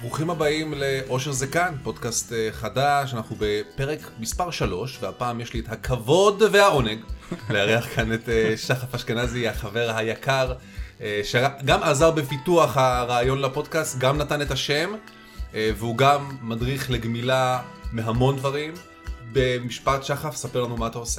ברוכים הבאים לאושר זה כאן, פודקאסט חדש, אנחנו בפרק מספר 3, והפעם יש לי את הכבוד והעונג לארח כאן את שחף אשכנזי, החבר היקר, שגם עזר בפיתוח הרעיון לפודקאסט, גם נתן את השם, והוא גם מדריך לגמילה מהמון דברים. במשפט שחף, ספר לנו מה אתה עושה.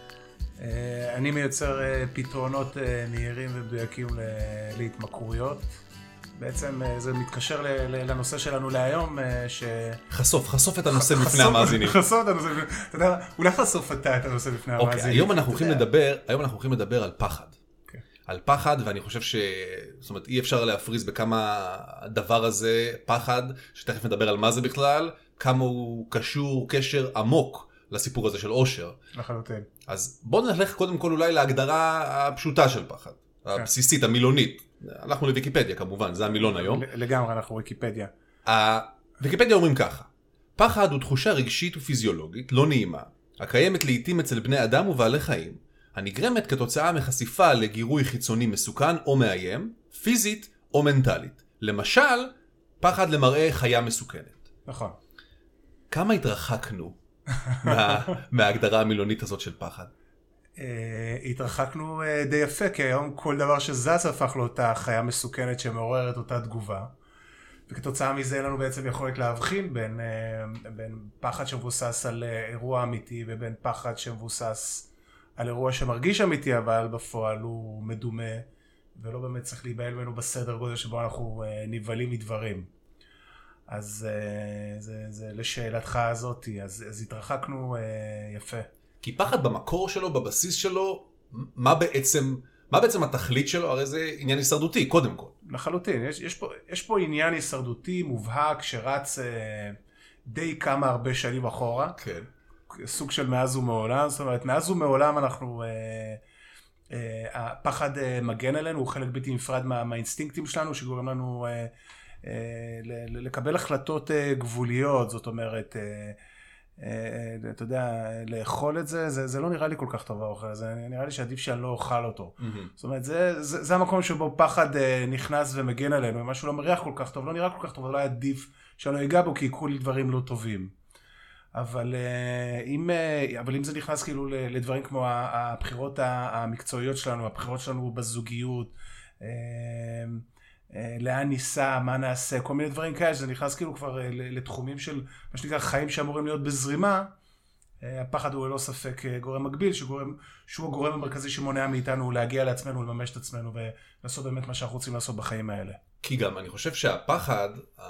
אני מייצר פתרונות מהירים ומדויקים להתמכרויות. בעצם זה מתקשר לנושא שלנו להיום, חשוף את הנושא בפני המאזינים. חשוף את הנושא, אתה יודע, אולי חשוף אתה את הנושא בפני המאזינים. אוקיי, היום אנחנו הולכים לדבר על פחד. על פחד, ואני חושב זאת אומרת, אי אפשר להפריז בכמה הדבר הזה, פחד, שתכף נדבר על מה זה בכלל, כמה הוא קשור, קשר עמוק לסיפור הזה של אושר. לחלוטין. אז בואו נלך קודם כל אולי להגדרה הפשוטה של פחד, הבסיסית, המילונית. אנחנו לוויקיפדיה כמובן, זה המילון היום. לגמרי, אנחנו ויקיפדיה. ויקיפדיה אומרים ככה, פחד הוא תחושה רגשית ופיזיולוגית לא נעימה, הקיימת לעתים אצל בני אדם ובעלי חיים, הנגרמת כתוצאה מחשיפה לגירוי חיצוני מסוכן או מאיים, פיזית או מנטלית. למשל, פחד למראה חיה מסוכנת. נכון. כמה התרחקנו מההגדרה המילונית הזאת של פחד? התרחקנו די יפה, כי היום כל דבר שזז הפך לאותה חיה מסוכנת שמעוררת אותה תגובה. וכתוצאה מזה לנו בעצם יכולת להבחין בין פחד שמבוסס על אירוע אמיתי, ובין פחד שמבוסס על אירוע שמרגיש אמיתי, אבל בפועל הוא מדומה, ולא באמת צריך להיבהל ממנו בסדר גודל שבו אנחנו נבהלים מדברים. אז זה לשאלתך הזאת, אז התרחקנו יפה. כי פחד במקור שלו, בבסיס שלו, מה בעצם התכלית שלו? הרי זה עניין הישרדותי, קודם כל. לחלוטין, יש פה עניין הישרדותי מובהק שרץ די כמה הרבה שנים אחורה. כן. סוג של מאז ומעולם, זאת אומרת, מאז ומעולם הפחד מגן עלינו, הוא חלק בלתי נפרד מהאינסטינקטים שלנו, שגורם לנו לקבל החלטות גבוליות, זאת אומרת, אתה יודע, לאכול את זה, זה לא נראה לי כל כך טוב האוכל, זה נראה לי שעדיף שאני לא אוכל אותו. זאת אומרת, זה המקום שבו פחד נכנס ומגן עלינו, אם משהו לא מריח כל כך טוב, לא נראה כל כך טוב, אבל לא עדיף שאני לא אגע בו, כי יקרו לי דברים לא טובים. אבל אם זה נכנס כאילו לדברים כמו הבחירות המקצועיות שלנו, הבחירות שלנו בזוגיות, לאן ניסע, מה נעשה, כל מיני דברים כאלה, זה נכנס כאילו כבר לתחומים של מה שנקרא חיים שאמורים להיות בזרימה, הפחד הוא לא ספק גורם מקביל, שהוא הגורם המרכזי שמונע מאיתנו להגיע לעצמנו, לממש את עצמנו ולעשות באמת מה שאנחנו רוצים לעשות בחיים האלה. כי גם אני חושב שהפחד,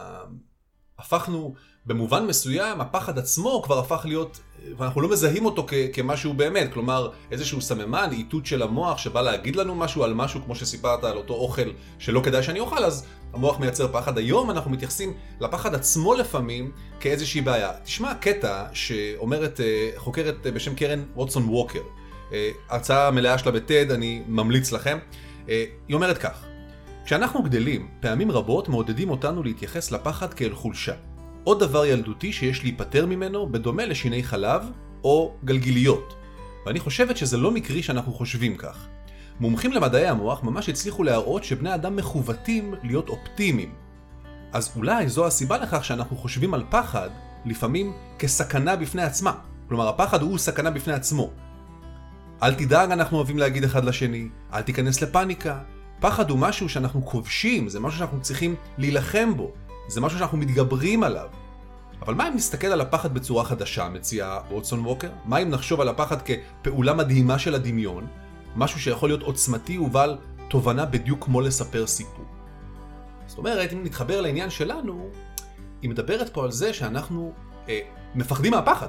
הפכנו במובן מסוים, הפחד עצמו כבר הפך להיות, ואנחנו לא מזהים אותו כמשהו באמת, כלומר איזשהו סממן, איתות של המוח שבא להגיד לנו משהו על משהו, כמו שסיפרת על אותו אוכל שלא כדאי שאני אוכל, אז המוח מייצר פחד. היום אנחנו מתייחסים לפחד עצמו לפעמים כאיזושהי בעיה. תשמע קטע שאומרת חוקרת בשם קרן רוטסון ווקר, הרצאה מלאה שלה בטד, אני ממליץ לכם. היא אומרת כך, כשאנחנו גדלים, פעמים רבות מעודדים אותנו להתייחס לפחד כאל חולשה. עוד דבר ילדותי שיש להיפטר ממנו בדומה לשיני חלב או גלגיליות. ואני חושבת שזה לא מקרי שאנחנו חושבים כך. מומחים למדעי המוח ממש הצליחו להראות שבני אדם מכוותים להיות אופטימיים. אז אולי זו הסיבה לכך שאנחנו חושבים על פחד לפעמים כסכנה בפני עצמה. כלומר, הפחד הוא סכנה בפני עצמו. אל תדאג, אנחנו אוהבים להגיד אחד לשני, אל תיכנס לפאניקה. פחד הוא משהו שאנחנו כובשים, זה משהו שאנחנו צריכים להילחם בו. זה משהו שאנחנו מתגברים עליו. אבל מה אם נסתכל על הפחד בצורה חדשה, מציע רוטסון ווקר? מה אם נחשוב על הפחד כפעולה מדהימה של הדמיון, משהו שיכול להיות עוצמתי ובעל תובנה בדיוק כמו לספר סיפור? זאת אומרת, אם נתחבר לעניין שלנו, היא מדברת פה על זה שאנחנו מפחדים מהפחד.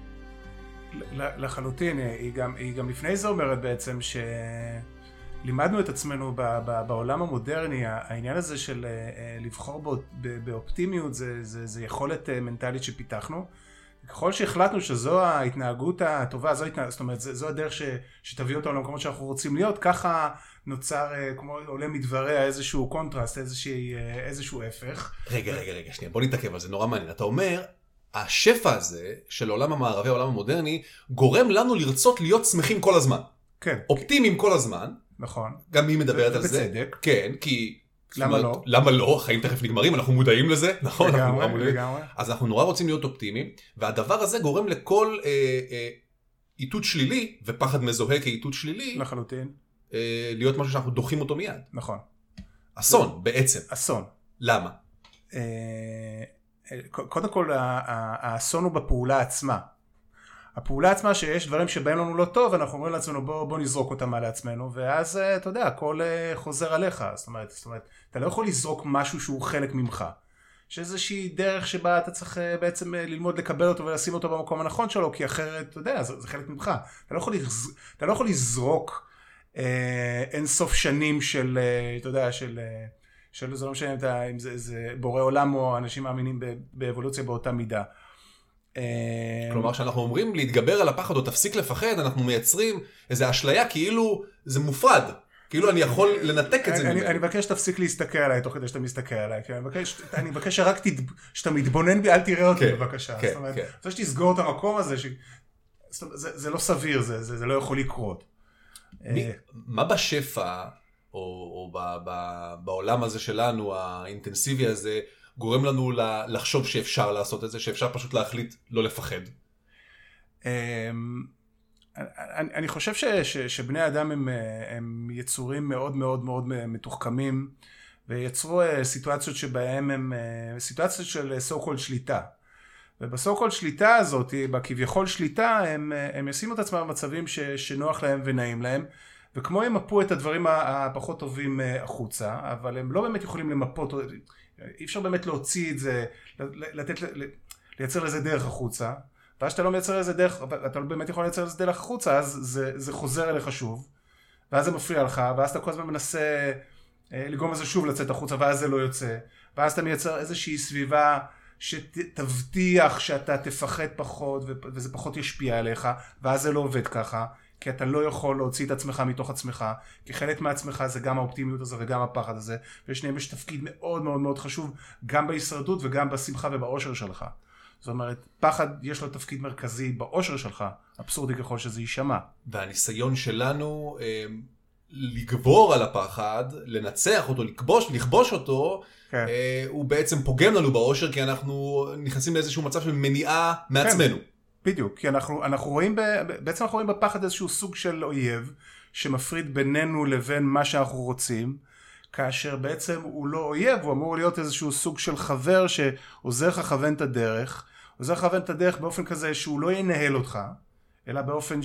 לחלוטין, היא גם לפני זה אומרת בעצם לימדנו את עצמנו בעולם המודרני, העניין הזה של לבחור באופטימיות, זה יכולת מנטלית שפיתחנו. ככל שהחלטנו שזו ההתנהגות הטובה, זאת אומרת, זו הדרך שתביא אותנו למקומות שאנחנו רוצים להיות, ככה נוצר, כמו עולה מדבריה, איזשהו קונטרסט, איזשהו הפך. רגע, שנייה, בוא נתעכב על זה, נורא מעניין. אתה אומר, השפע הזה של העולם המערבי, העולם המודרני, גורם לנו לרצות להיות שמחים כל הזמן. כן. אופטימיים כל הזמן. נכון. גם היא מדברת על זה. בצדק. כן, כי למה לא? למה לא? החיים תכף נגמרים, אנחנו מודעים לזה, נכון? לגמרי. אז אנחנו נורא רוצים להיות אופטימיים, והדבר הזה גורם לכל איתות שלילי, ופחד מזוהה כאיתות שלילי, לחלוטין. להיות משהו שאנחנו דוחים אותו מיד. נכון. אסון, בעצם. אסון. למה? קודם כל, האסון הוא בפעולה עצמה. הפעולה עצמה שיש דברים שבאים לנו לא טוב, אנחנו אומרים לעצמנו בוא נזרוק אותם על עצמנו, ואז אתה יודע, הכל חוזר עליך. זאת אומרת, אתה לא יכול לזרוק משהו שהוא חלק ממך. יש איזושהי דרך שבה אתה צריך בעצם ללמוד לקבל אותו ולשים אותו במקום הנכון שלו, כי אחרת, אתה יודע, זה חלק ממך. אתה לא יכול לזרוק אין סוף שנים של, אתה יודע, של זה לא משנה אם זה בורא עולם או אנשים מאמינים באבולוציה באותה מידה. כלומר, שאנחנו אומרים להתגבר על הפחד או תפסיק לפחד, אנחנו מייצרים איזו אשליה כאילו זה מופרד. כאילו אני יכול לנתק את זה ממנו. אני מבקש שתפסיק להסתכל עליי תוך כדי שאתה מסתכל עליי. אני מבקש שרק שאתה מתבונן בי, אל תראה אותי בבקשה. זאת אומרת, אני רוצה שתסגור את המקום הזה, זה לא סביר, זה לא יכול לקרות. מה בשפע, או בעולם הזה שלנו, האינטנסיבי הזה, גורם לנו לחשוב שאפשר לעשות את זה, שאפשר פשוט להחליט לא לפחד? אני חושב שבני אדם הם יצורים מאוד מאוד מאוד מתוחכמים, ויצרו סיטואציות שבהם הם סיטואציות של so called שליטה. ובסו קול שליטה הזאת, בכביכול שליטה, הם ישימו את עצמם במצבים שנוח להם ונעים להם, וכמו ימפו את הדברים הפחות טובים החוצה, אבל הם לא באמת יכולים למפות, אי אפשר באמת להוציא את זה, לייצר לזה דרך החוצה, ואז שאתה לא מייצר לזה דרך, אתה לא באמת יכול לייצר לזה דרך החוצה, אז זה חוזר אליך שוב, ואז זה מפריע לך, ואז אתה כל הזמן מנסה לגרום לזה שוב לצאת החוצה, ואז זה לא יוצא, ואז אתה מייצר איזושהי סביבה, שתבטיח שאתה תפחד פחות וזה פחות ישפיע עליך, ואז זה לא עובד ככה, כי אתה לא יכול להוציא את עצמך מתוך עצמך, כי חלק מעצמך זה גם האופטימיות הזו וגם הפחד הזה, ושניהם יש תפקיד מאוד מאוד מאוד חשוב, גם בהישרדות וגם בשמחה ובאושר שלך. זאת אומרת, פחד יש לו תפקיד מרכזי באושר שלך, אבסורדי ככל שזה יישמע. והניסיון שלנו לגבור על הפחד, לנצח אותו, לכבוש אותו, כן. הוא בעצם פוגם לנו באושר, כי אנחנו נכנסים לאיזשהו מצב של מניעה מעצמנו. כן, בדיוק, כי אנחנו רואים, בעצם אנחנו רואים בפחד איזשהו סוג של אויב, שמפריד בינינו לבין מה שאנחנו רוצים, כאשר בעצם הוא לא אויב, הוא אמור להיות איזשהו סוג של חבר שעוזר לך לכוון את הדרך, עוזר לך לכוון את הדרך באופן כזה שהוא לא ינהל אותך, אלא באופן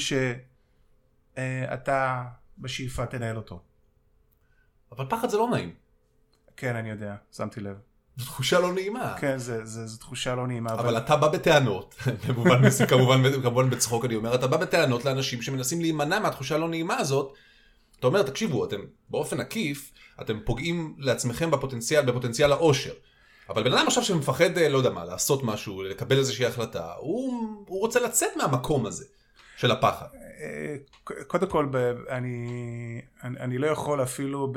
שאתה בשאיפה תנהל אותו. אבל פחד זה לא נעים. כן, אני יודע, שמתי לב. זו תחושה לא נעימה. כן, זו תחושה לא נעימה. אבל אתה בא בטענות, כמובן בצחוק אני אומר, אתה בא בטענות לאנשים שמנסים להימנע מהתחושה הלא נעימה הזאת. אתה אומר, תקשיבו, אתם באופן עקיף, אתם פוגעים לעצמכם בפוטנציאל האושר. אבל בן אדם עכשיו שמפחד, לא יודע מה, לעשות משהו, לקבל איזושהי החלטה, הוא רוצה לצאת מהמקום הזה של הפחד. קודם כל, אני לא יכול אפילו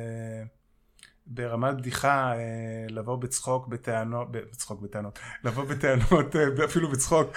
ברמת בדיחה לבוא בצחוק בטענות, לבוא בטענות אפילו בצחוק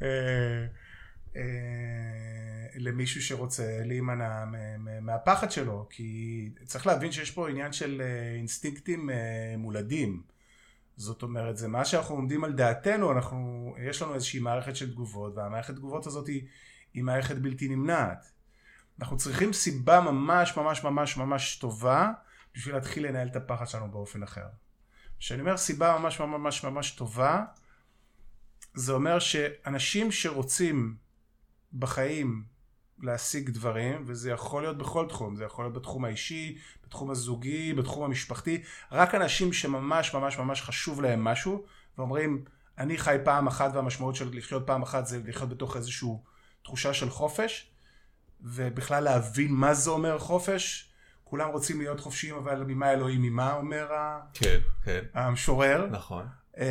למישהו שרוצה להימנע מהפחד שלו, כי צריך להבין שיש פה עניין של אינסטינקטים מולדים. זאת אומרת, זה מה שאנחנו עומדים על דעתנו, יש לנו איזושהי מערכת של תגובות, והמערכת תגובות הזאת היא מערכת בלתי נמנעת. אנחנו צריכים סיבה ממש ממש ממש ממש טובה, בשביל להתחיל לנהל את הפחד שלנו באופן אחר. כשאני אומר סיבה ממש ממש ממש טובה, זה אומר שאנשים שרוצים בחיים להשיג דברים, וזה יכול להיות בכל תחום, זה יכול להיות בתחום האישי, בתחום הזוגי, בתחום המשפחתי, רק אנשים שממש ממש ממש חשוב להם משהו, ואומרים, אני חי פעם אחת, והמשמעות של לחיות פעם אחת זה לחיות בתוך איזושהי תחושה של חופש, ובכלל להבין מה זה אומר חופש. כולם רוצים להיות חופשיים, אבל ממה אלוהים, ממה אומר המשורר. נכון.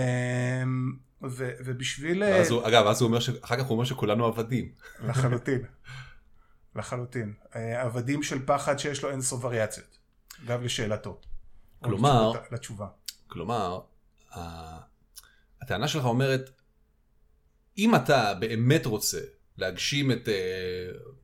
ובשביל... אגב, אז הוא אומר אחר כך הוא אומר שכולנו עבדים. לחלוטין. עבדים של פחד שיש לו אינסוף וריאציות. גם לשאלתו. כלומר, לתשובה. כלומר, הטענה שלך אומרת, אם אתה באמת רוצה להגשים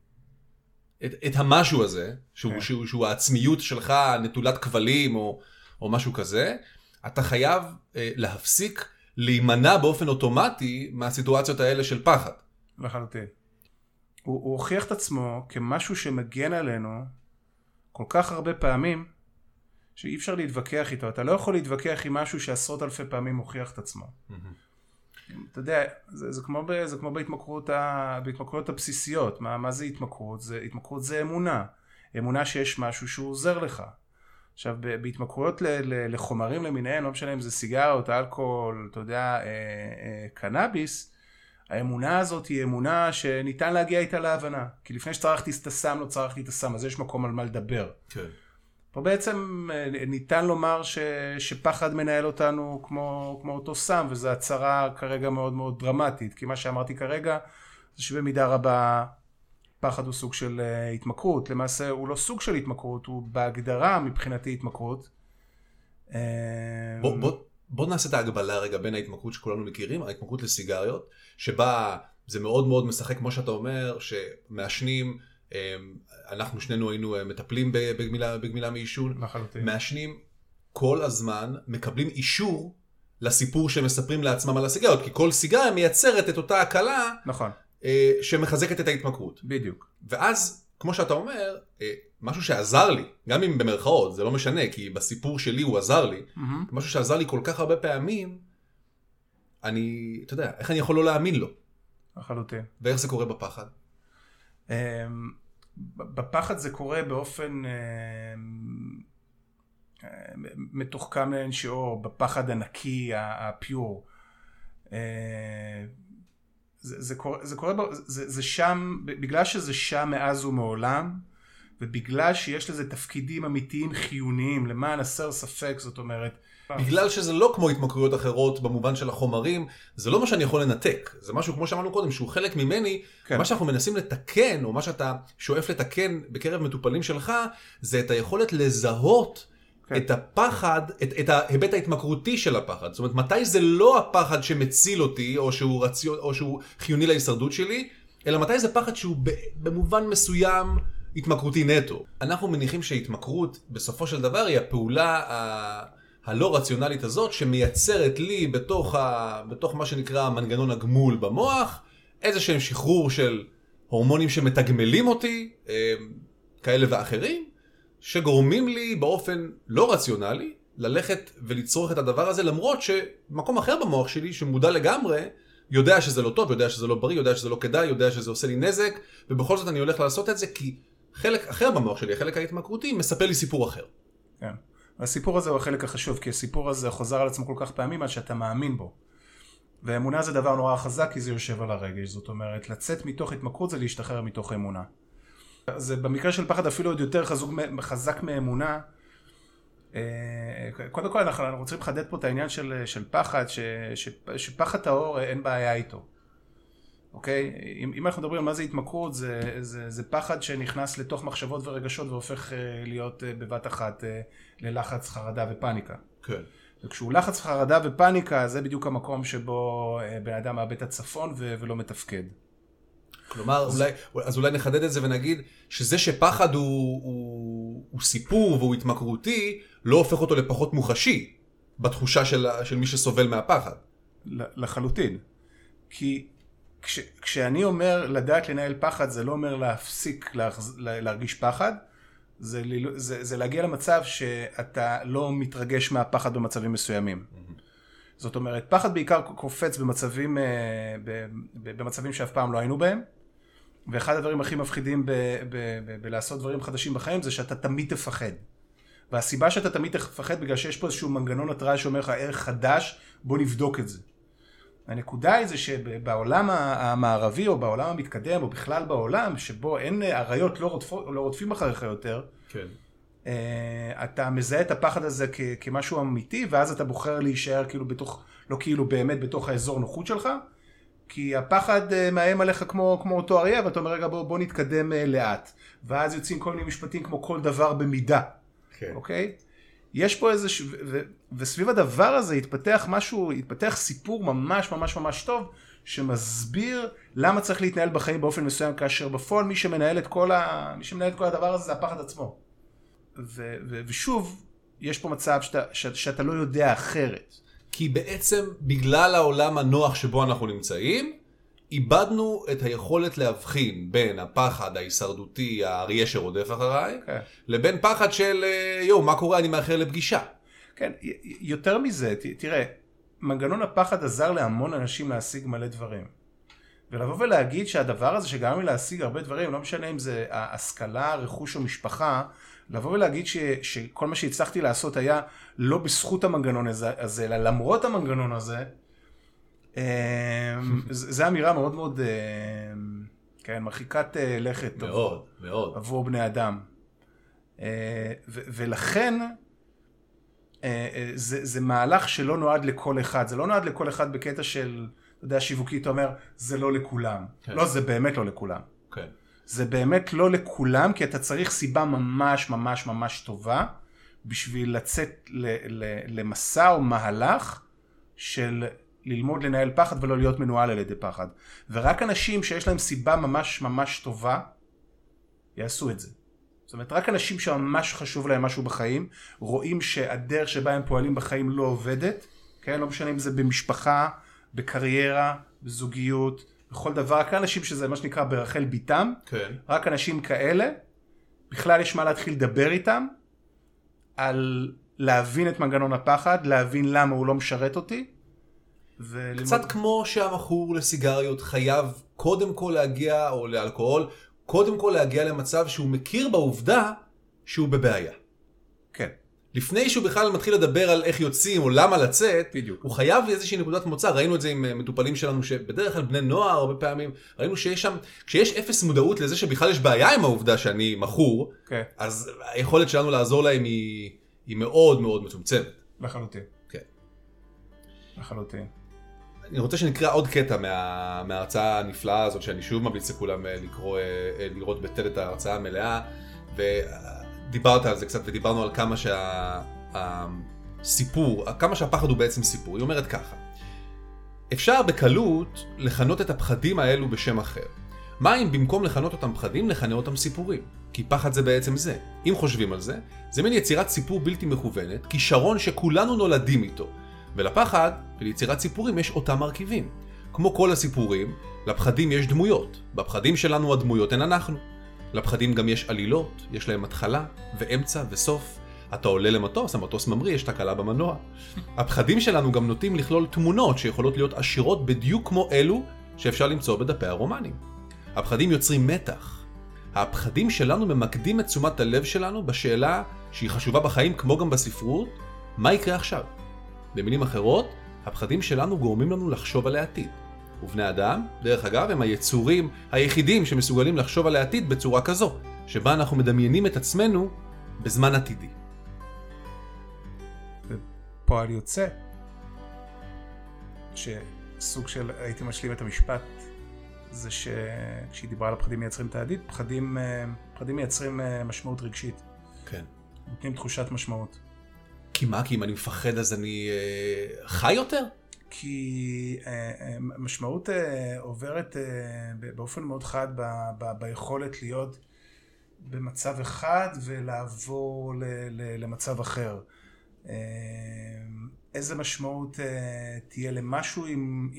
את המשהו הזה, שהוא העצמיות שלך נטולת כבלים, או משהו כזה, אתה חייב להפסיק להימנע באופן אוטומטי מהסיטואציות האלה של פחד. לחלוטין. הוא הוכיח את עצמו כמשהו שמגן עלינו כל כך הרבה פעמים, שאי אפשר להתווכח איתו. אתה לא יכול להתווכח עם משהו שעשרות אלפי פעמים הוכיח את עצמו. אתה יודע, זה כמו בהתמכרויות הבסיסיות. מה זה התמכרות? התמכרות זה אמונה. אמונה שיש משהו שהוא עוזר לך. עכשיו, בהתמכרויות לחומרים למיניהם, לא משנה אם זה סיגרות, אלכוהול, אתה יודע, קנאביס, האמונה הזאת היא אמונה שניתן להגיע איתה להבנה. כי לפני שצרכתי את הסם, לא צרכתי את הסם, אז יש מקום על מה לדבר. כן. פה בעצם ניתן לומר שפחד מנהל אותנו כמו אותו סם, וזו הצהרה כרגע מאוד מאוד דרמטית. כי מה שאמרתי כרגע, זה שבמידה רבה פחד הוא סוג של התמכרות. למעשה הוא לא סוג של התמכרות, הוא בהגדרה מבחינתי התמכרות. בוא נעשה את ההגבלה רגע בין ההתמכרות שכולנו מכירים, ההתמכרות לסיגריות, שבה זה מאוד מאוד משחק, כמו שאתה אומר, שמעשנים, אנחנו שנינו היינו מטפלים בגמילה מעישון, מעשנים כל הזמן, מקבלים אישור לסיפור שמספרים לעצמם על הסיגריות, כי כל סיגריה מייצרת את אותה הקלה, נכון. שמחזקת את ההתמכרות. בדיוק. ואז, כמו שאתה אומר, משהו שעזר לי, גם אם במרכאות, זה לא משנה, כי בסיפור שלי הוא עזר לי, משהו שעזר לי כל כך הרבה פעמים, אתה יודע, איך אני יכול לא להאמין לו? לחלוטין. ואיך זה קורה בפחד? בפחד זה קורה באופן מתוחכם לאין שיעור, בפחד הנקי, הפיור. זה שם, בגלל שזה שם מאז ומעולם, ובגלל שיש לזה תפקידים אמיתיים חיוניים, למען הסר ספק, זאת אומרת, בגלל שזה לא כמו התמכרויות אחרות במובן של החומרים, זה לא מה שאני יכול לנתק. זה משהו, כמו שאמרנו קודם, שהוא חלק ממני. כן. מה שאנחנו מנסים לתקן, או מה שאתה שואף לתקן בקרב מטופלים שלך, זה את היכולת לזהות כן. את הפחד, את ההיבט ההתמכרותי של הפחד. זאת אומרת, מתי זה לא הפחד שמציל אותי, או שהוא חיוני להישרדות שלי, אלא מתי זה פחד שהוא במובן מסוים התמכרותי נטו. אנחנו מניחים שהתמכרות בסופו של דבר היא הפעולה הלא רציונלית הזאת שמייצרת לי בתוך מה שנקרא מנגנון הגמול במוח, איזה שהם שחרור של הורמונים שמתגמלים אותי, כאלה ואחרים, שגורמים לי באופן לא רציונלי ללכת ולצרוך את הדבר הזה, למרות שמקום אחר במוח שלי שמודע לגמרי, יודע שזה לא טוב, יודע שזה לא בריא, יודע שזה לא כדאי, יודע שזה עושה לי נזק, ובכל זאת אני הולך לעשות את זה כי חלק אחר במוח שלי, החלק ההתמכרותי, מספר לי סיפור אחר. כן. והסיפור הזה הוא החלק החשוב, כי הסיפור הזה חוזר על עצמו כל כך פעמים עד שאתה מאמין בו. ואמונה זה דבר נורא חזק, כי זה יושב על הרגש. זאת אומרת, לצאת מתוך התמכרות זה להשתחרר מתוך אמונה. זה במקרה של פחד אפילו עוד יותר חזק מאמונה. קודם כל אנחנו רוצים לחדד פה את העניין של פחד, שפחד טהור אין בעיה איתו. אוקיי? אם אנחנו מדברים על מה זה התמכרות, זה פחד שנכנס לתוך מחשבות ורגשות והופך להיות בבת אחת ללחץ, חרדה ופאניקה. כן. וכשהוא לחץ, חרדה ופאניקה, זה בדיוק המקום שבו בן אדם מאבד את הצפון ולא מתפקד. כלומר, אז אולי נחדד את זה ונגיד שזה שפחד הוא סיפור והוא התמכרותי, לא הופך אותו לפחות מוחשי בתחושה של מי שסובל מהפחד. לחלוטין. כי כשאני אומר לדעת לנהל פחד, זה לא אומר להפסיק להרגיש פחד, זה להגיע למצב שאתה לא מתרגש מהפחד במצבים מסוימים. זאת אומרת, פחד בעיקר קופץ במצבים שאף פעם לא היינו בהם, ואחד הדברים הכי מפחידים בלעשות דברים חדשים בחיים זה שאתה תמיד תפחד. והסיבה שאתה תמיד תפחד בגלל שיש פה איזשהו מנגנון התראה שאומר לך ערך חדש, בוא נבדוק את זה. הנקודה היא זה שבעולם המערבי או בעולם המתקדם או בכלל בעולם שבו אין עריות לא רודפים אחריך יותר, כן. אתה מזהה את הפחד הזה כמשהו אמיתי, ואז אתה בוחר להישאר כאילו בתוך, לא כאילו באמת בתוך האזור נוחות שלך, כי הפחד מאיים עליך כמו אותו אריה, ואתה אומר רגע בוא נתקדם לאט, ואז יוצאים כל מיני משפטים כמו כל דבר במידה, כן. אוקיי? יש פה איזה, וסביב הדבר הזה התפתח סיפור ממש ממש ממש טוב, שמסביר למה צריך להתנהל בחיים באופן מסוים, כאשר בפועל מי שמנהל את כל הדבר הזה זה הפחד עצמו. ושוב, יש פה מצב שאתה לא יודע אחרת. כי בעצם בגלל העולם הנוח שבו אנחנו נמצאים, איבדנו את היכולת להבחין בין הפחד ההישרדותי, האריה שרודף אחריי, לבין פחד של, מה קורה, אני מאחר לפגישה. כן, יותר מזה, תראה, מנגנון הפחד עזר להמון אנשים להשיג מלא דברים. ולבוא ולהגיד שהדבר הזה שגרם לי להשיג הרבה דברים, לא משנה אם זה השכלה, רכוש או משפחה, לבוא ולהגיד שכל מה שהצלחתי לעשות היה לא בזכות המנגנון הזה, אלא למרות המנגנון הזה, זו אמירה מאוד מאוד, כן, מרחיקת לכת. מאוד, מאוד. עבור בני אדם. ולכן, זה מהלך שלא נועד לכל אחד. זה לא נועד לכל אחד בקטע של, אתה יודע, שיווקי, אתה אומר, זה לא לכולם. לא, זה באמת לא לכולם. כן. זה באמת לא לכולם, כי אתה צריך סיבה ממש ממש ממש טובה, בשביל לצאת למסע או מהלך של ללמוד לנהל פחד ולא להיות מנוהל על ידי פחד. ורק אנשים שיש להם סיבה ממש ממש טובה, יעשו את זה. זאת אומרת, רק אנשים שממש חשוב להם משהו בחיים, רואים שהדרך שבה הם פועלים בחיים לא עובדת, כן? לא משנה אם זה במשפחה, בקריירה, בזוגיות, בכל דבר. רק אנשים שזה מה שנקרא ברחל ביתם, כן. רק אנשים כאלה, בכלל יש מה להתחיל לדבר איתם, על להבין את מנגנון הפחד, להבין למה הוא לא משרת אותי. קצת כמו שהמכור לסיגריות חייב קודם כל להגיע, או לאלכוהול, קודם כל להגיע למצב שהוא מכיר בעובדה שהוא בבעיה. כן. לפני שהוא בכלל מתחיל לדבר על איך יוצאים או למה לצאת, בדיוק. הוא חייב איזושהי נקודת מוצא. ראינו את זה עם מטופלים שלנו, שבדרך כלל בני נוער הרבה פעמים, ראינו שיש שם, כשיש אפס מודעות לזה שבכלל יש בעיה עם העובדה שאני מכור, כן. אז היכולת שלנו לעזור להם היא מאוד מאוד מצומצמת. לחלוטין. כן. לחלוטין. אני רוצה שנקרא עוד קטע מההרצאה הנפלאה הזאת, שאני שוב ממליץ לכולם לראות בטד את ההרצאה המלאה, ודיברת על זה קצת, ודיברנו על כמה שהסיפור, כמה שהפחד הוא בעצם סיפור. היא אומרת ככה, אפשר בקלות לכנות את הפחדים האלו בשם אחר. מה אם במקום לכנות אותם פחדים, לכנה אותם סיפורים? כי פחד זה בעצם זה. אם חושבים על זה, זה מין יצירת סיפור בלתי מכוונת, כישרון שכולנו נולדים איתו. ולפחד וליצירת סיפורים יש אותם מרכיבים. כמו כל הסיפורים, לפחדים יש דמויות. בפחדים שלנו הדמויות הן אנחנו. לפחדים גם יש עלילות, יש להם התחלה ואמצע וסוף. אתה עולה למטוס, המטוס ממריא, יש תקלה במנוע. הפחדים שלנו גם נוטים לכלול תמונות שיכולות להיות עשירות בדיוק כמו אלו שאפשר למצוא בדפי הרומנים. הפחדים יוצרים מתח. הפחדים שלנו ממקדים את תשומת הלב שלנו בשאלה שהיא חשובה בחיים כמו גם בספרות, מה יקרה עכשיו? במילים אחרות, הפחדים שלנו גורמים לנו לחשוב על העתיד. ובני אדם, דרך אגב, הם היצורים היחידים שמסוגלים לחשוב על העתיד בצורה כזו, שבה אנחנו מדמיינים את עצמנו בזמן עתידי. פועל יוצא, שסוג של, הייתי משלים את המשפט, זה שכשהיא דיברה על הפחדים מייצרים את העתיד, פחדים מייצרים משמעות רגשית. כן. נותנים תחושת משמעות. כי מה? כי אם אני מפחד אז אני חי יותר? כי משמעות עוברת באופן מאוד חד ביכולת להיות במצב אחד ולעבור למצב אחר. איזה משמעות תהיה למשהו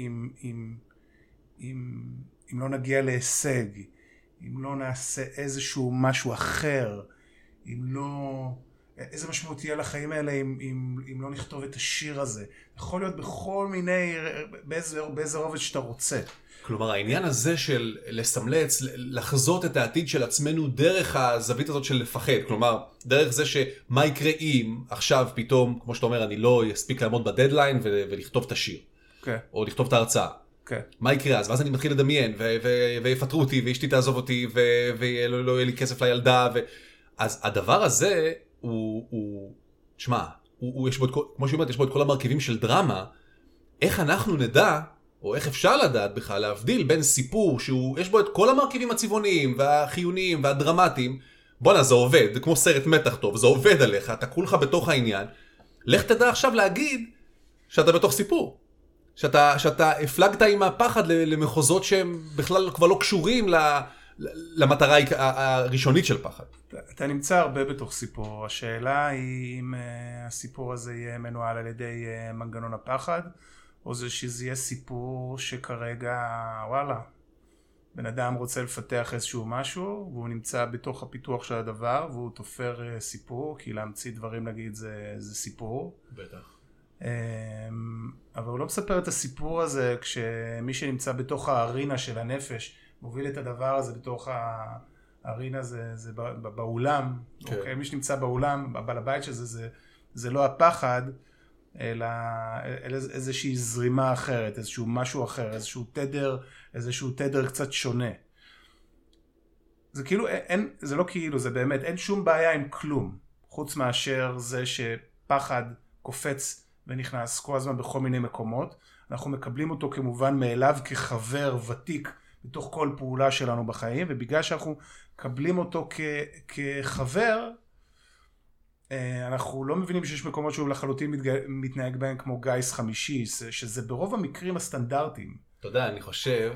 אם לא נגיע להישג, אם לא נעשה איזשהו משהו אחר, אם לא... איזה משמעות תהיה לחיים האלה אם לא נכתוב את השיר הזה. יכול להיות בכל מיני, באיזה רובד שאתה רוצה. כלומר, העניין הזה של לסמלץ, לחזות את העתיד של עצמנו דרך הזווית הזאת של לפחד. כלומר, דרך זה שמה יקרה אם עכשיו פתאום, כמו שאתה אומר, אני לא אספיק לעמוד בדדליין ולכתוב את השיר. כן. או לכתוב את ההרצאה. כן. מה יקרה אז? ואז אני מתחיל לדמיין, ויפטרו אותי, ואשתי תעזוב אותי, ולא יהיה לי כסף לילדה. אז הדבר הזה... תשמע, יש בו את כל, כמו שאומרת, יש בו את כל המרכיבים של דרמה. איך אנחנו נדע, או איך אפשר לדעת בכלל להבדיל בין סיפור יש בו את כל המרכיבים הצבעוניים והחיוניים והדרמטיים. בוא'נה, זה עובד, זה כמו סרט מתח טוב, זה עובד עליך, אתה כולך בתוך העניין. לך תדע עכשיו להגיד שאתה בתוך סיפור. שאתה הפלגת עם הפחד למחוזות שהם בכלל כבר לא קשורים למטרה הראשונית של פחד. אתה נמצא הרבה בתוך סיפור. השאלה היא אם הסיפור הזה יהיה מנוהל על ידי מנגנון הפחד, או זה שזה יהיה סיפור שכרגע, וואלה, בן אדם רוצה לפתח איזשהו משהו, והוא נמצא בתוך הפיתוח של הדבר, והוא תופר סיפור, כי להמציא דברים נגיד זה סיפור. בטח. אבל הוא לא מספר את הסיפור הזה כשמי שנמצא בתוך הארינה של הנפש, מוביל את הדבר הזה בתוך הארינה, זה באולם. כן. אוקיי? מי שנמצא באולם, בעל הבית שזה, זה לא הפחד, אלא איזושהי זרימה אחרת, איזשהו משהו אחר, איזשהו תדר קצת שונה. זה כאילו, זה לא כאילו, זה באמת, אין שום בעיה עם כלום, חוץ מאשר זה שפחד קופץ ונכנס כל הזמן בכל מיני מקומות. אנחנו מקבלים אותו כמובן מאליו כחבר ותיק בתוך כל פעולה שלנו בחיים, ובגלל שאנחנו מקבלים אותו כחבר, אנחנו לא מבינים שיש מקומות שהוא לחלוטין מתנהג בהם כמו גייס חמישי, שזה ברוב המקרים הסטנדרטיים. אתה יודע, אני חושב,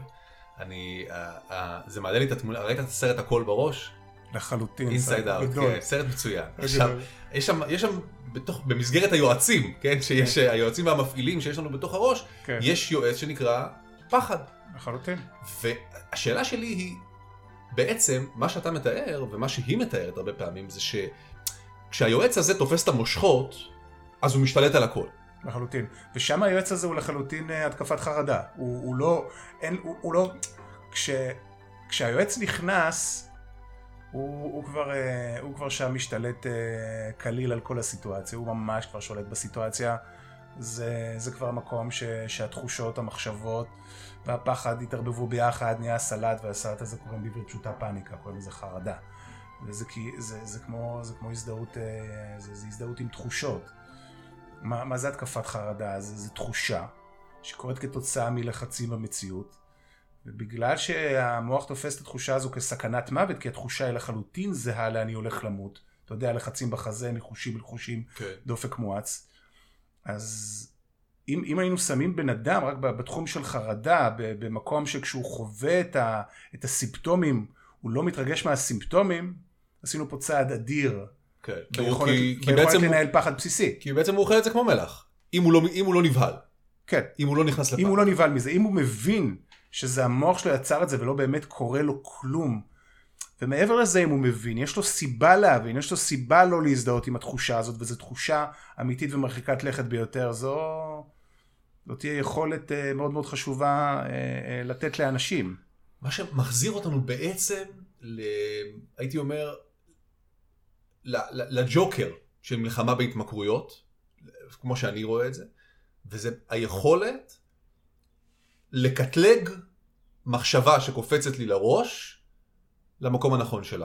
זה מעלה לי את התמונה, ראית את הסרט הכל בראש? לחלוטין. אינסייד אאוט, כן, סרט מצוין. עכשיו, יש שם במסגרת היועצים, כן, שיש היועצים והמפעילים שיש לנו בתוך הראש, יש יועץ שנקרא פחד. לחלוטין. והשאלה שלי היא, בעצם, מה שאתה מתאר, ומה שהיא מתארת הרבה פעמים, זה כשהיועץ הזה תופס את המושכות, אז הוא משתלט על הכל. לחלוטין. ושם היועץ הזה הוא לחלוטין התקפת חרדה. הוא לא, כשהיועץ נכנס, הוא כבר שם משתלט כליל על כל הסיטואציה. הוא ממש כבר שולט בסיטואציה. זה כבר מקום שהתחושות, המחשבות והפחד התערבבו ביחד, נהיה סלט, והסלט הזה קוראים בעברית פשוטה פאניקה, קוראים לזה חרדה. זה כמו הזדהות, זה הזדהות עם תחושות. מה זה התקפת חרדה? זה תחושה שקורית כתוצאה מלחצים במציאות, ובגלל שהמוח תופס את התחושה הזו כסכנת מוות, כי התחושה היא לחלוטין זהה לאני הולך למות, אתה יודע, לחצים בחזה, מחושים לחושים, דופק מואץ. אז אם היינו שמים בן אדם רק בתחום של חרדה, במקום שכשהוא חווה את הסימפטומים, הוא לא מתרגש מהסימפטומים, עשינו פה צעד אדיר. כן. ביכולת לנהל פחד בסיסי. כי בעצם הוא אוכל את זה כמו מלח. אם הוא לא נבהל. כן. אם הוא לא נכנס לפחד. אם הוא לא נבהל מזה. אם הוא מבין שזה המוח שלו יצר את זה ולא באמת קורה לו כלום. ומעבר לזה, אם הוא מבין, יש לו סיבה להבין, יש לו סיבה לא להזדהות עם התחושה הזאת, וזו תחושה אמיתית ומרחיקת לכת ביותר. זו תהיה יכולת מאוד מאוד חשובה לתת לאנשים. מה שמחזיר אותנו בעצם, הייתי אומר, לג'וקר של מלחמה בהתמכרויות, כמו שאני רואה את זה, וזה היכולת לקטלג מחשבה שקופצת לי לראש, למקום הנכון שלה.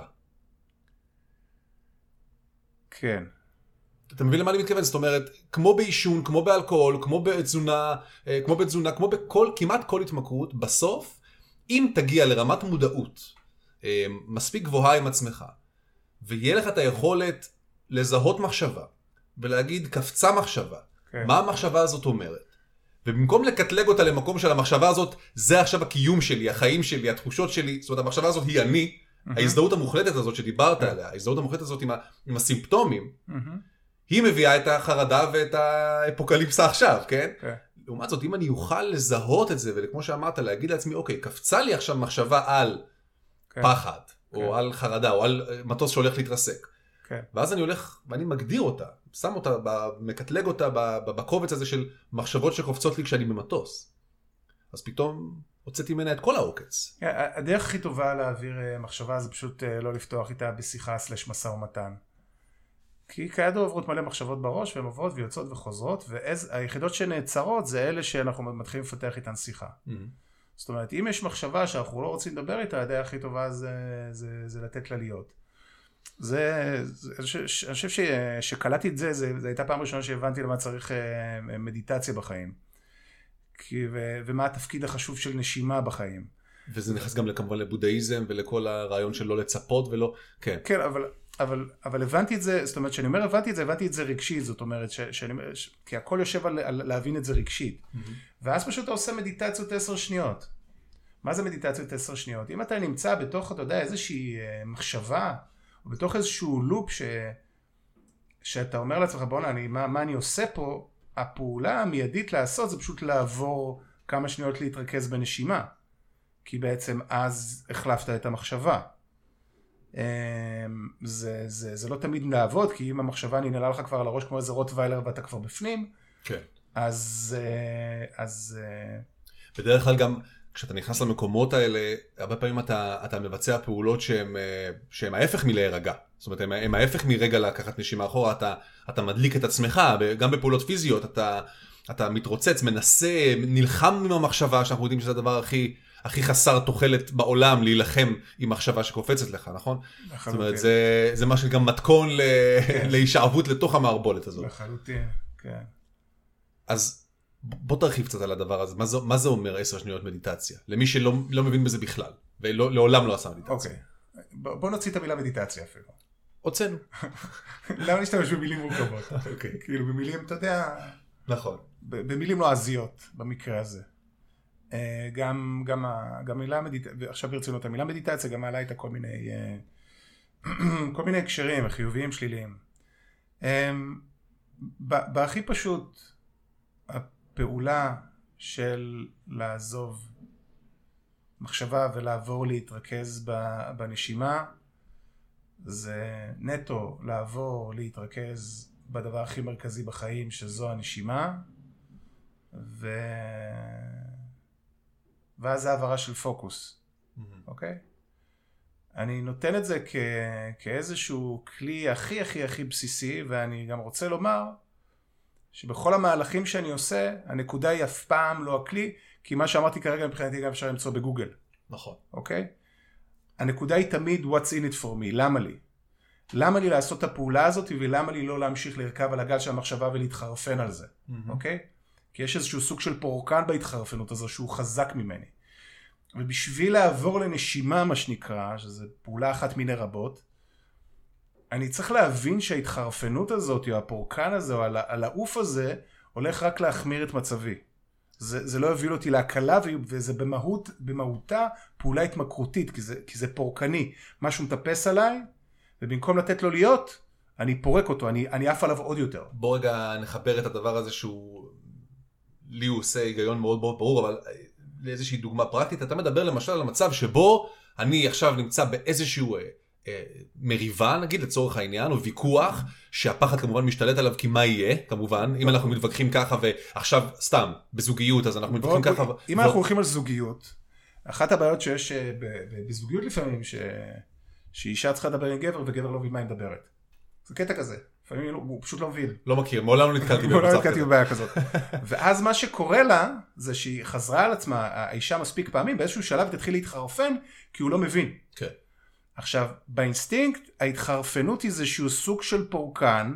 כן. אתה מבין למה אני מתכוון? זאת אומרת, כמו באישון, כמו באלכוהול, כמו בתזונה, כמו בכל, כמעט כל התמכרות, בסוף, אם תגיע לרמת מודעות מספיק גבוהה עם עצמך, ויהיה לך את היכולת לזהות מחשבה, ולהגיד קפצה מחשבה, מה המחשבה הזאת אומרת? ובמקום לקטלג אותה למקום של המחשבה הזאת, זה עכשיו הקיום שלי, החיים שלי, התחושות שלי, זאת אומרת, המחשבה הזאת היא אני, ההזדהות המוחלטת הזאת שדיברת עליה, ההזדהות המוחלטת הזאת עם הסימפטומים, היא מביאה את החרדה ואת האפוקליפסה עכשיו, כן? לעומת זאת, אם אני אוכל לזהות את זה, וכמו שאמרת, להגיד לעצמי, אוקיי, קפצה לי עכשיו מחשבה על פחד, או על חרדה, או על מטוס שהולך להתרסק. ואז אני הולך, ואני מגדיר אותה, שם אותה, מקטלג אותה בקובץ הזה של מחשבות שקופצות לי כשאני במטוס. אז פתאום הוצאתי ממנה את כל העוקץ. הדרך הכי טובה להעביר מחשבה זה פשוט לא לפתוח איתה בשיחה / משא ומתן. כי כידוע עוברות מלא מחשבות בראש, והן עוברות ויוצאות וחוזרות, והיחידות שנעצרות זה אלה שאנחנו מתחילים לפתח איתן שיחה. זאת אומרת, אם יש מחשבה שאנחנו לא רוצים לדבר איתה, הדרך הכי טובה זה לתת לה להיות. אני חושב שקלטתי את זה, זו הייתה פעם ראשונה שהבנתי למה צריך מדיטציה בחיים. ומה התפקיד החשוב של נשימה בחיים. וזה נכנס גם כמובן לבודהיזם ולכל הרעיון של לא לצפות ולא, כן. כן, אבל הבנתי את זה, זאת אומרת, שאני אומר הבנתי את זה רגשית, זאת אומרת, כי הכל יושב על להבין את זה רגשית. ואז פשוט אתה עושה מדיטציות 10 שניות. מה זה מדיטציות 10 שניות? אם אתה נמצא בתוך, אתה יודע, איזושהי מחשבה, או בתוך איזשהו לופ שאתה אומר לעצמך, בוא'נה, מה אני עושה פה? הפעולה המיידית לעשות זה פשוט לעבור כמה שניות להתרכז בנשימה. כי בעצם אז החלפת את המחשבה. זה לא תמיד לעבוד, כי אם המחשבה ננעלה לך כבר על הראש כמו איזה רוטוויילר ואתה כבר בפנים, כן. אז בדרך כלל גם כשאתה נכנס למקומות האלה, הרבה פעמים אתה מבצע פעולות שהן ההפך מלהירגע. זאת אומרת, הם ההפך מרגע לקחת נשימה אחורה, אתה מדליק את עצמך, גם בפעולות פיזיות, אתה מתרוצץ, מנסה, נלחם עם המחשבה, שאנחנו יודעים שזה הדבר הכי חסר תוחלת בעולם, להילחם עם מחשבה שקופצת לך, נכון? זאת אומרת, זה משהו גם מתכון להישאבות לתוך המערבולת הזאת. לחלוטין, כן. אז בוא תרחיב קצת על הדבר הזה, מה זה אומר 10 שניות מדיטציה? למי שלא מבין בזה בכלל, ולעולם לא עשה מדיטציה. אוקיי, בוא נוציא את המילה מדיטציה אפילו. הוצאנו. למה נשתמש במילים מורכבות? כאילו במילים, אתה יודע... נכון. במילים לועזיות, במקרה הזה. גם מילה מדיטציה, עכשיו ברצינות, המילה מדיטציה גם מעלה איתה כל מיני הקשרים, חיוביים, שליליים. בהכי פשוט, הפעולה של לעזוב מחשבה ולעבור להתרכז בנשימה, זה נטו לעבור להתרכז בדבר הכי מרכזי בחיים, שזו הנשימה, ואז זה העברה של פוקוס, אוקיי? אני נותן את זה כאיזשהו כלי הכי בסיסי, ואני גם רוצה לומר שבכל המהלכים שאני עושה, הנקודה היא אף פעם לא הכלי, כי מה שאמרתי כרגע מבחינתי גם אפשר למצוא בגוגל. נכון. אוקיי? הנקודה היא תמיד what's in it for me, למה לי? למה לי לעשות את הפעולה הזאת, ולמה לי לא להמשיך לרכב על הגל של המחשבה ולהתחרפן על זה, אוקיי? כי יש איזשהו סוג של פורקן בהתחרפנות הזו, שהוא חזק ממני. ובשביל לעבור לנשימה, מה שנקרא, שזה פעולה אחת מיני רבות, אני צריך להבין שההתחרפנות הזאת, או הפורקן הזה, או על העוף הזה, הולך רק להחמיר את מצבי. זה לא יוביל אותי להקלה, וזה במהותה פעולה התמכרותית, כי זה פורקני. משהו מטפס עליי, ובמקום לתת לו להיות, אני פורק אותו, אני עף עליו עוד יותר. בוא רגע נחבר את הדבר הזה שהוא, לי הוא עושה היגיון מאוד מאוד ברור, אבל לאיזושהי דוגמה פרקטית, אתה מדבר למשל על המצב שבו אני עכשיו נמצא באיזשהו מריבה, נגיד לצורך העניין, או ויכוח, שהפחד כמובן משתלט עליו, כי מה יהיה, כמובן, אם אנחנו מתווכחים ככה, ועכשיו סתם, בזוגיות, אז אנחנו מתווכחים ככה. אם אנחנו הולכים על זוגיות, אחת הבעיות שיש בזוגיות לפעמים, שאישה צריכה לדבר עם גבר, וגבר לא מבין מה היא מדברת. זה קטע כזה. לפעמים הוא פשוט לא מבין. לא מכיר, מעולם לא נתקלתי במצב כזה. בבעיה כזאת. ואז מה שקורה לה, זה שהיא חזרה על עצמה, האישה מספיק פעמים, באיזשהו שלב תתחיל להתחרפן, כי הוא לא מבין. כן. עכשיו, באינסטינקט, ההתחרפנות היא איזשהו סוג של פורקן,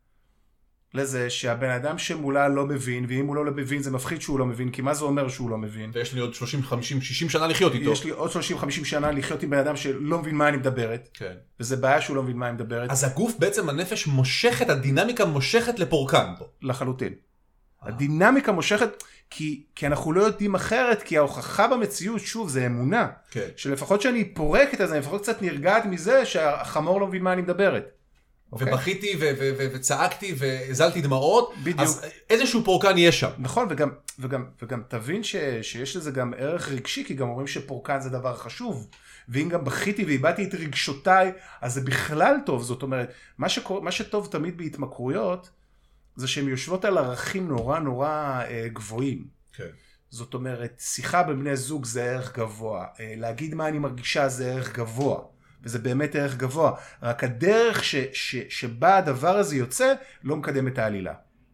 לזה שהבן אדם שמולה לא מבין, ואם הוא לא מבין זה מפחיד שהוא לא מבין, כי מה זה אומר שהוא לא מבין? ויש לי עוד 30, 50, 60 שנה לחיות איתו. יש לי עוד 30, 50 שנה לחיות עם בן אדם שלא מבין מה אני מדברת. כן. וזה בעיה שהוא לא מבין מה אני מדברת. אז הגוף בעצם, הנפש מושכת, הדינמיקה מושכת לפורקן פה. לחלוטין. הדינמיקה מושכת, כי אנחנו לא יודעים אחרת, כי ההוכחה במציאות, שוב, זה אמונה. כן. שלפחות שאני פורקת את זה, אני לפחות קצת נרגעת מזה שהחמור לא מבין מה אני מדברת. ובכיתי וצעקתי והזלתי דמעות, בדיוק. אז איזשהו פורקן יש שם. נכון, וגם תבין שיש לזה גם ערך רגשי, כי גם אומרים שפורקן זה דבר חשוב, ואם גם בכיתי ואיבדתי את רגשותיי, אז זה בכלל טוב. זאת אומרת, מה שטוב תמיד בהתמכרויות, זה שהן יושבות על ערכים נורא גבוהים. כן. זאת אומרת, שיחה בין בני זוג זה ערך גבוה, להגיד מה אני מרגישה זה ערך גבוה. וזה באמת ערך גבוה, רק הדרך שבה הדבר הזה יוצא, לא מקדם את העלילה.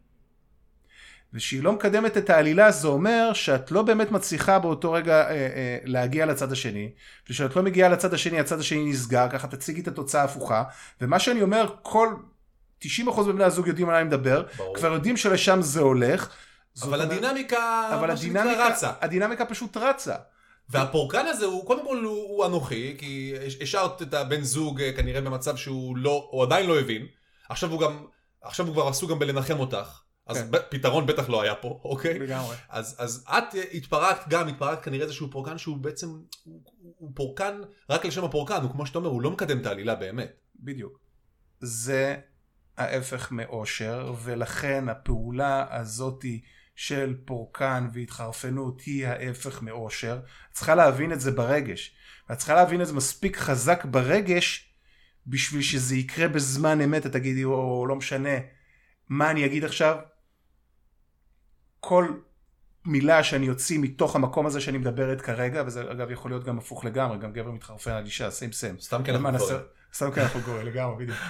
ושהיא לא מקדמת את העלילה, זה אומר שאת לא באמת מצליחה באותו רגע להגיע לצד השני, ושאת לא מגיעה לצד השני, הצד השני נסגר, ככה תציגי את התוצאה הפוכה, ומה שאני אומר, כל 90% מבני הזוג יודעים על מה אני מדבר, כבר יודעים שלשם זה הולך, אבל הדינמיקה, הדינמיקה פשוט רצה. והפורקן הזה הוא, קודם כל הוא אנוכי, כי השארת את הבן זוג כנראה במצב שהוא לא, או עדיין לא הבין, עכשיו הוא כבר עשו גם בלנחם אותך, אז פתרון בטח לא היה פה, אוקיי? לגמרי. אז את התפרקת כנראה איזשהו פורקן שהוא בעצם, הוא פורקן רק לשם הפורקן, הוא כמו שאתה אומר, הוא לא מקדם את העלילה באמת. בדיוק. זה ההפך מאושר, ולכן הפעולה הזאת של פורקן והתחרפנות היא ההפך מאושר. צריכה להבין את זה ברגש. ואת צריכה להבין את זה מספיק חזק ברגש, בשביל שזה יקרה בזמן אמת, את תגידי, או לא משנה, מה אני אגיד עכשיו? כל מילה שאני יוציא מתוך המקום הזה שאני מדברת כרגע, וזה אגב יכול להיות גם הפוך לגמרי, גם גבר מתחרפן על אישה, סיים. סתם כן אנחנו קוראים. סתם כן אנחנו קוראים, לגמרי, בדיוק.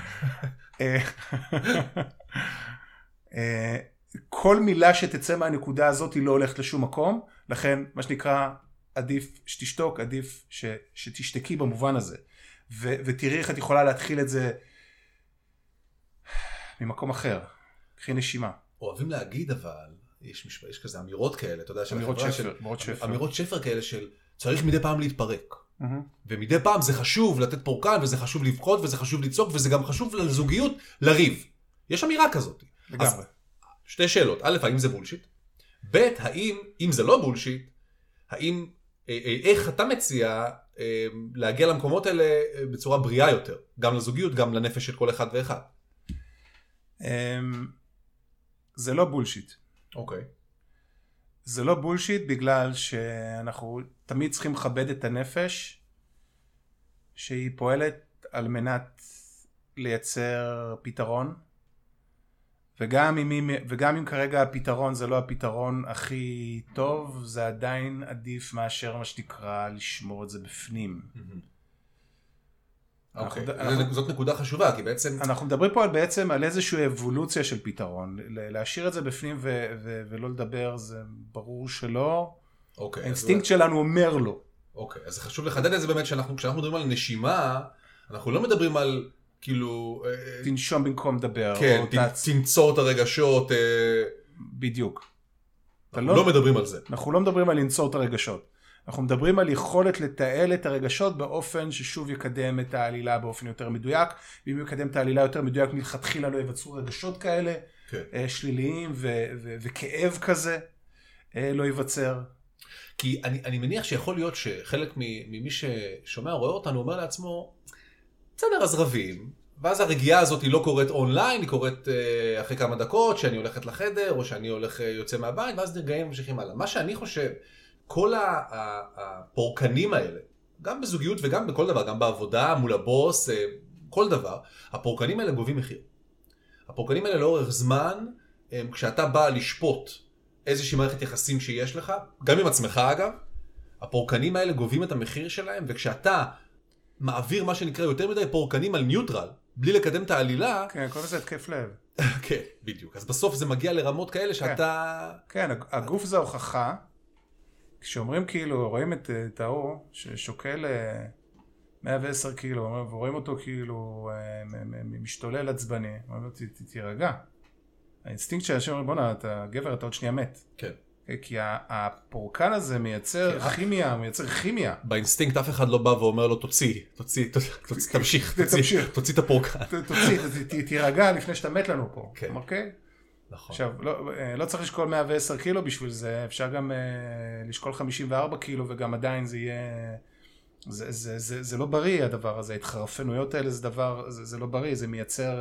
כל מילה שתצא מהנקודה הזאת היא לא הולכת לשום מקום, לכן מה שנקרא עדיף שתשתוק, עדיף שתשתקי במובן הזה. ותראי איך את יכולה להתחיל את זה ממקום אחר. קחי נשימה. אוהבים להגיד אבל, יש כזה אמירות כאלה, אתה יודע, אמירות שפר כאלה של צריך מדי פעם להתפרק. ומדי פעם זה חשוב לתת פורקן, וזה חשוב לבכות, וזה חשוב לצעוק, וזה גם חשוב לזוגיות לריב. יש אמירה כזאת. לגמרי. שתי שאלות. א', האם זה בולשיט? ב', אם זה לא בולשיט, איך אתה מציע להגיע למקומות האלה בצורה בריאה יותר? גם לזוגיות, גם לנפש של כל אחד ואחד. זה לא בולשיט. אוקיי. זה לא בולשיט בגלל שאנחנו תמיד צריכים לכבד את הנפש שהיא פועלת על מנת לייצר פתרון, וגם אם כרגע הפתרון זה לא הפתרון הכי טוב, זה עדיין עדיף מאשר מה שנקרא לשמור את זה בפנים. אוקיי, זאת נקודה חשובה, כי בעצם... אנחנו מדברים פה בעצם על איזושהי אבולוציה של פתרון. להשאיר את זה בפנים ולא לדבר, זה ברור שלא. האינסטינקט שלנו אומר לו. אוקיי, אז חשוב לחדד את זה באמת, כשאנחנו מדברים על נשימה, אנחנו לא מדברים על כאילו... תנשום במקום לדבר. כן, תנצור את הרגשות. בדיוק. אנחנו לא מדברים על זה. אנחנו לא מדברים על לנצור את הרגשות. אנחנו מדברים על יכולת לתעל את הרגשות באופן ששוב יקדם את העלילה באופן יותר מדויק, ואם יקדם את העלילה יותר מדויק מלכתחילה לא יבצעו רגשות כאלה, שליליים וכאב כזה לא ייווצר. כי אני מניח שיכול להיות שחלק ממי ששומע רואה אותנו אומר לעצמו, בסדר, אז רבים, ואז הרגיעה הזאת היא לא קורית אונליין, היא קורית אחרי כמה דקות שאני הולכת לחדר או שאני הולך יוצא מהבית, ואז נרגעים וממשיכים הלאה. מה שאני חושב, כל הפורקנים האלה, גם בזוגיות וגם בכל דבר, גם בעבודה, מול הבוס, כל דבר, הפורקנים האלה גובים מחיר. הפורקנים האלה לאורך זמן, כשאתה בא לשפוט איזושהי מערכת יחסים שיש לך, גם עם עצמך אגב, הפורקנים האלה גובים את המחיר שלהם, וכשאתה מעביר מה שנקרא יותר מדי פורקנים על ניוטרל, בלי לקדם את העלילה... כן, כל זה התקף לב. כן, בדיוק. אז בסוף זה מגיע לרמות כאלה שאתה... כן, הגוף זה הוכחה. כשאומרים כאילו, רואים את ההוא ששוקל 110 קילו, ורואים אותו כאילו משתולל עצבני, אומרים לו, תירגע. האינסטינקט שאנשים אומרים, בוא נה, אתה גבר, אתה עוד שנייה מת. כן. כי הפורקן הזה מייצר כימיה, באינסטינקט אף אחד לא בא ואומר לו, תמשיך, תוציא את הפורקן. תירגע לפני שאתה מת לנו פה. כן. אוקיי? נכון. עכשיו, לא צריך לשקול 110 קילו בשביל זה, אפשר גם לשקול 54 קילו וגם עדיין זה יהיה, זה לא בריא הדבר הזה, התחרפנויות האלה זה לא בריא, זה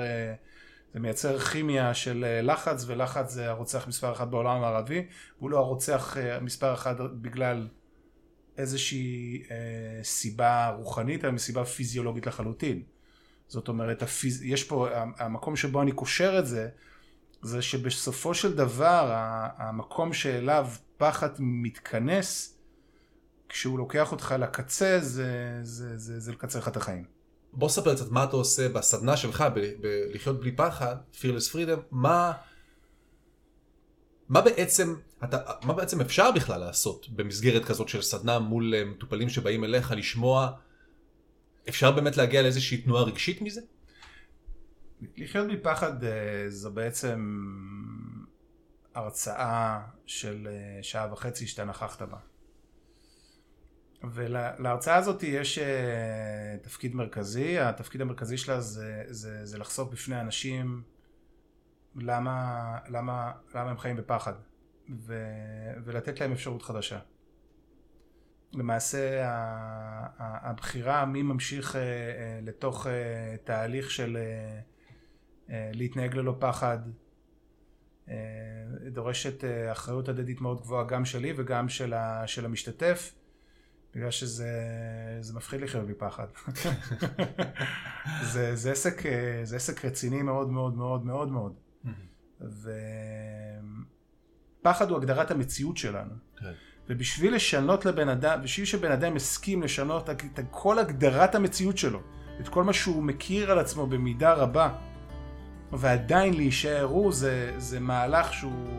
מייצר כימיה של לחץ, ולחץ זה הרוצח מספר אחד בעולם המערבי, הוא לא הרוצח מספר אחד בגלל איזושהי סיבה רוחנית, אלא מסיבה פיזיולוגית לחלוטין. זאת אומרת, יש פה, המקום שבו אני קושר את זה, זה שבסופו של דבר, המקום שאליו פחד מתכנס, כשהוא לוקח אותך לקצה, זה לקצר לך את החיים. בוא ספר קצת מה אתה עושה בסדנה שלך, בלחיות בלי פחד, Fearless Freedom, מה בעצם אפשר בכלל לעשות במסגרת כזאת של סדנה מול מטופלים שבאים אליך לשמוע, אפשר באמת להגיע לאיזושהי תנועה רגשית מזה? לחיות בלי פחד זו בעצם הרצאה של 1.5 שעה שאתה נכחת בה. ולהרצאה הזאת יש תפקיד מרכזי, התפקיד המרכזי שלה זה לחשוף בפני אנשים למה הם חיים בפחד, ולתת להם אפשרות חדשה. למעשה הבחירה מי ממשיך לתוך תהליך של להתנהג ללא פחד, דורשת אחריות הדדית מאוד גבוהה גם שלי וגם של המשתתף, בגלל שזה מפחיד לחיות בלי פחד. זה עסק רציני מאוד מאוד מאוד מאוד מאוד. ופחד הוא הגדרת המציאות שלנו. ובשביל לשנות לבן אדם, בשביל שבן אדם הסכים לשנות את כל הגדרת המציאות שלו, את כל מה שהוא מכיר על עצמו במידה רבה, ועדיין להישאר הוא, זה מהלך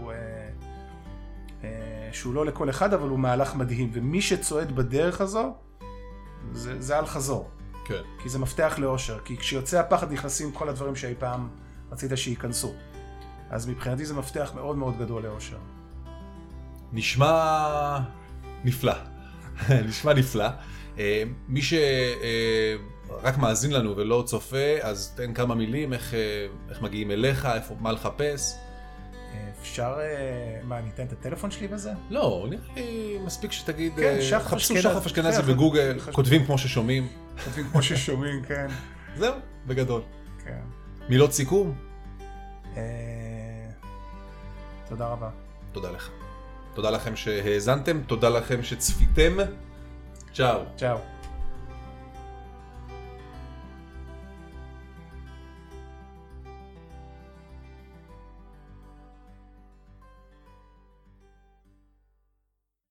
שהוא לא לכל אחד, אבל הוא מהלך מדהים. ומי שצועד בדרך הזו, זה על חזור. כן. כי זה מפתח לאושר. כי כשיוצא הפחד נכנסים כל הדברים שאי פעם רצית שייכנסו. אז מבחינתי זה מפתח מאוד מאוד גדול לאושר. נשמע נפלא. נשמע נפלא. מי שרק מאזין לנו ולא צופה, אז תן כמה מילים, איך מגיעים אליך, מה לחפש. אפשר, ניתן את הטלפון שלי בזה? לא, נראה לי מספיק שתגיד, כן, חפשו שחף אשכנזי בגוגל, כותבים כמו ששומעים. כותבים כמו ששומעים, כן. זהו, בגדול. כן. מילות סיכום? תודה רבה. תודה לך. תודה לכם שהאזנתם, תודה לכם שצפיתם. צ'או. צ'או.